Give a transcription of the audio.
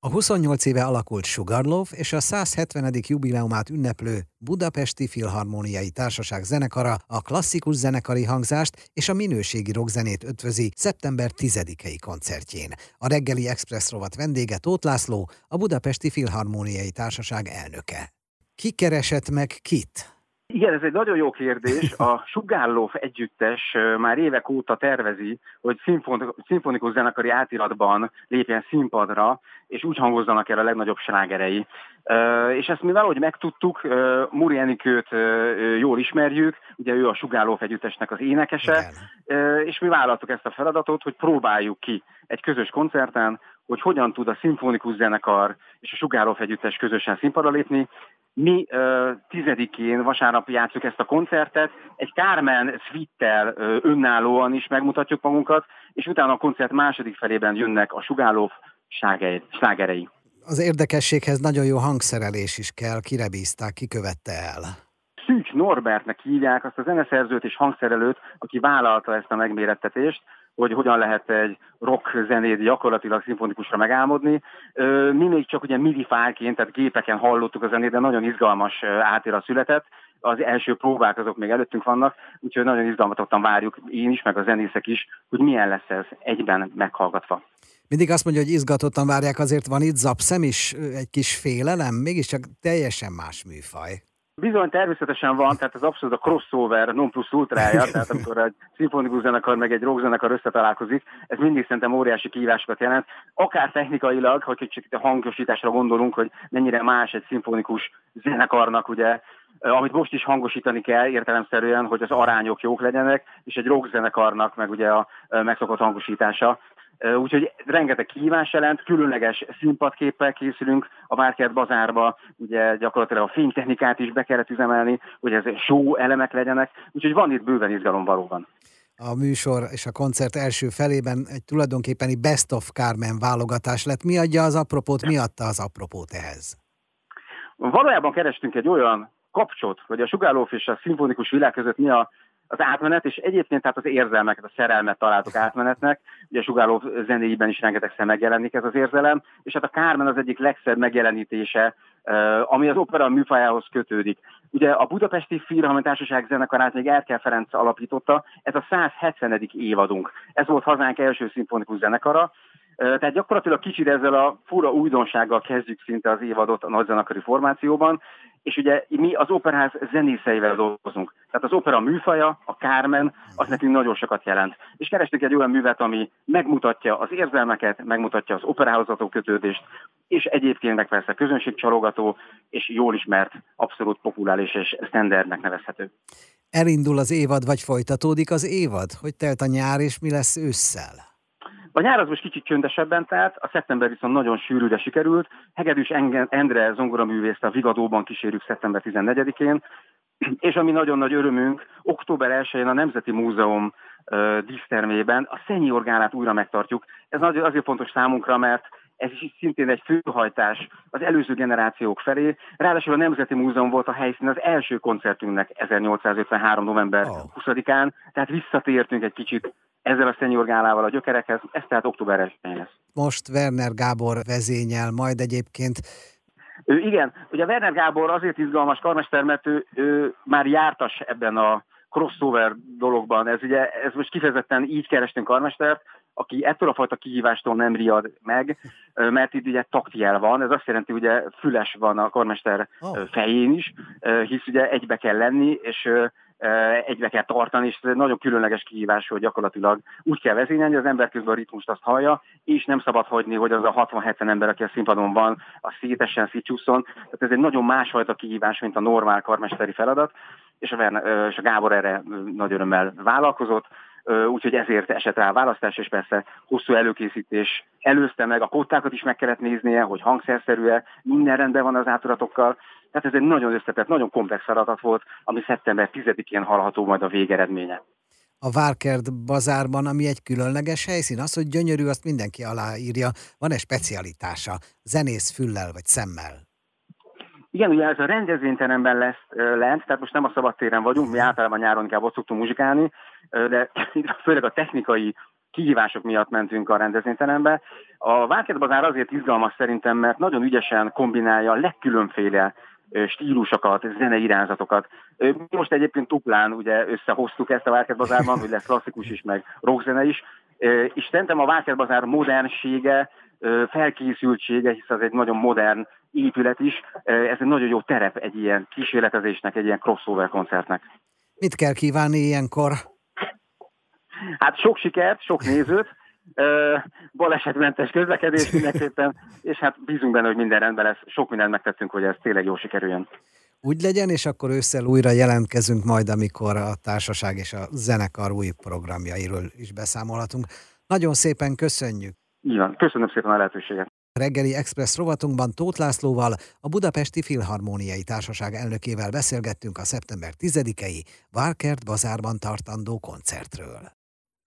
A 28 éve alakult Sugarloaf és a 170. jubileumát ünneplő Budapesti Filharmóniai Társaság zenekara a klasszikus zenekari hangzást és a minőségi rockzenét ötvözi szeptember 10-i koncertjén. A reggeli Express rovat vendége Tóth László, a Budapesti Filharmóniai Társaság elnöke. Ki keresett meg kit? Igen, ez egy nagyon jó kérdés. A Sugarloaf együttes már évek óta tervezi, hogy szimfonikus zenekari átiratban lépjen színpadra, és úgy hangozzanak el a legnagyobb slágerei. És ezt mi valahogy megtudtuk, Muri Enikőt jól ismerjük, ugye ő a Sugarloaf együttesnek az énekese, és mi vállaltuk ezt a feladatot, hogy próbáljuk ki egy közös koncerten, hogy hogyan tud a szimfonikus zenekar és a Sugarloaf együttes közösen színpadra lépni. Mi 10-én vasárnap játsszuk ezt a koncertet, egy Carmen suite-tel önállóan is megmutatjuk magunkat, és utána a koncert második felében jönnek a Sugarloaf slágerei. Az érdekességhez nagyon jó hangszerelés is kell, kire bízták, ki követte el? Szűcs Norbertnek hívják azt a zeneszerzőt és hangszerelőt, aki vállalta ezt a megmérettetést, hogy hogyan lehet egy rock zenét gyakorlatilag szimfonikusra megálmodni. Mi még csak ugye MIDI fájlként, tehát gépeken hallottuk a zenét, de nagyon izgalmas átirat született. Az első próbák azok még előttünk vannak, úgyhogy nagyon izgalmatottan várjuk én is, meg a zenészek is, hogy milyen lesz ez egyben meghallgatva. Mindig azt mondja, hogy izgatottan várják, azért van itt zapszem is, egy kis félelem, mégiscsak teljesen más műfaj. Bizony, természetesen van, tehát ez abszolút a crossover non plus ultrája, tehát amikor egy szimfonikus zenekar meg egy rockzenekar összetalálkozik, ez mindig szerintem óriási kihívásokat jelent. Akár technikailag, hogy csak a hangosításra gondolunk, hogy mennyire más egy szimfonikus zenekarnak, ugye, amit most is hangosítani kell értelemszerűen, hogy az arányok jók legyenek, és egy rockzenekarnak meg ugye a megszokott hangosítása. Úgyhogy rengeteg kihívás jelent, különleges színpadképpel készülünk a Várkert Bazárba, ugye gyakorlatilag a fénytechnikát is be kellett üzemelni, hogy ez show elemek legyenek, úgyhogy van itt bőven izgalom valóban. A műsor és a koncert első felében egy tulajdonképpeni Best of Carmen válogatás lett. Mi adja az apropót, mi adta az apropót ehhez? Valójában kerestünk egy olyan kapcsot, hogy a Sugarloaf és a szimfonikus világ között mi az átmenet, és egyébként tehát az érzelmeket, a szerelmet találtuk átmenetnek. Ugye a Sugarloaf zenéiben is rengetegszer megjelenik ez az érzelem, és hát a Carmen az egyik legszebb megjelenítése, ami az opera műfajához kötődik. Ugye a Budapesti Filharmoniai Társaság zenekarát még Erkel Ferenc alapította, ez a 170. évadunk. Ez volt hazánk első szimfonikus zenekara, tehát gyakorlatilag kicsit ezzel a fura újdonsággal kezdjük szinte az évadot a nagyzenekari formációban, és ugye mi az operház zenészeivel dolgozunk. Tehát az opera műfaja, a Carmen, az nekünk nagyon sokat jelent. És kerestünk egy olyan művet, ami megmutatja az érzelmeket, megmutatja az operához való kötődést, és egyébként meg persze közönségcsalogató, és jól ismert, abszolút populáris és standardnek nevezhető. Elindul az évad, vagy folytatódik az évad? Hogy telt a nyár, és mi lesz ősszel? A nyár az most kicsit csöndesebben telt, a szeptember viszont nagyon sűrűre sikerült. Hegedűs Endre zongoraművészt a Vigadóban kísérjük szeptember 14-én, és ami nagyon nagy örömünk, október 1-én a Nemzeti Múzeum dísztermében a Szenyi Gálát újra megtartjuk. Ez azért fontos számunkra, mert ez is szintén egy főhajtás az előző generációk felé. Ráadásul a Nemzeti Múzeum volt a helyszín az első koncertünknek 1853. november 20-án, tehát visszatértünk egy kicsit ezzel a Szenyi Gálával a gyökerekhez, ez tehát október 1-én lesz. Most Werner Gábor vezényel, majd egyébként. Igen, ugye Werner Gábor azért izgalmas karmester, mert ő már jártas ebben a crossover dologban. Ez most kifejezetten így kerestünk karmestert, aki ettől a fajta kihívástól nem riad meg, mert itt ugye taktjel van, ez azt jelenti, hogy ugye füles van a karmester fején is, hisz ugye egybe kell lenni, és egybe kell tartani, és ez egy nagyon különleges kihívás, hogy gyakorlatilag úgy kell vezényelni, hogy az ember közben a ritmust azt hallja, és nem szabad hagyni, hogy az a 60-70 ember, aki a színpadon van, a szétesen, szétcsúszson. Tehát ez egy nagyon másfajta kihívás, mint a normál karmesteri feladat, és a Gábor erre nagy örömmel vállalkozott, úgyhogy ezért esett rá a választás, és persze hosszú előkészítés előzte meg, a kottákat is meg kellett néznie, hogy hangszerszerű-e, minden rendben van az átiratokkal. Tehát ez egy nagyon összetett, nagyon komplex feladat volt, ami szeptember 10-én hallható majd a végeredménye. A Várkert Bazárban, ami egy különleges helyszín, az, hogy gyönyörű, azt mindenki aláírja. Van-e specialitása, zenész füllel vagy szemmel? Igen, ugye ez a rendezvényteremben lesz lent, tehát most nem a szabadtéren vagyunk, mi általában nyáron inkább ott szoktunk muzsikálni, de főleg a technikai kihívások miatt mentünk a rendezvényterembe. A Várkert Bazár azért izgalmas szerintem, mert nagyon ügyesen kombinálja a legkülönféle stílusokat, zenei irányzatokat. Most egyébként duplán ugye összehoztuk ezt a Várkert Bazárban, hogy lesz klasszikus is, meg rockzene is, és szerintem a Várkert Bazár modernsége, felkészültsége, hisz ez egy nagyon modern épület is, ez egy nagyon jó terep egy ilyen kísérletezésnek, egy ilyen crossover koncertnek. Mit kell kívánni ilyenkor? Hát sok sikert, sok nézőt, balesetmentes közlekedés mindenképpen, és hát bízunk benne, hogy minden rendben lesz. Sok mindent megtettünk, hogy ez tényleg jó sikerüljön. Úgy legyen, és akkor ősszel újra jelentkezünk majd, amikor a társaság és a zenekar új programjairól is beszámolhatunk. Nagyon szépen köszönjük! Így van, köszönöm szépen a lehetőséget! Reggeli Express rovatunkban Tóth Lászlóval, a Budapesti Filharmóniai Társaság elnökével beszélgettünk a szeptember 10-i Várkert Bazárban tartandó koncertről.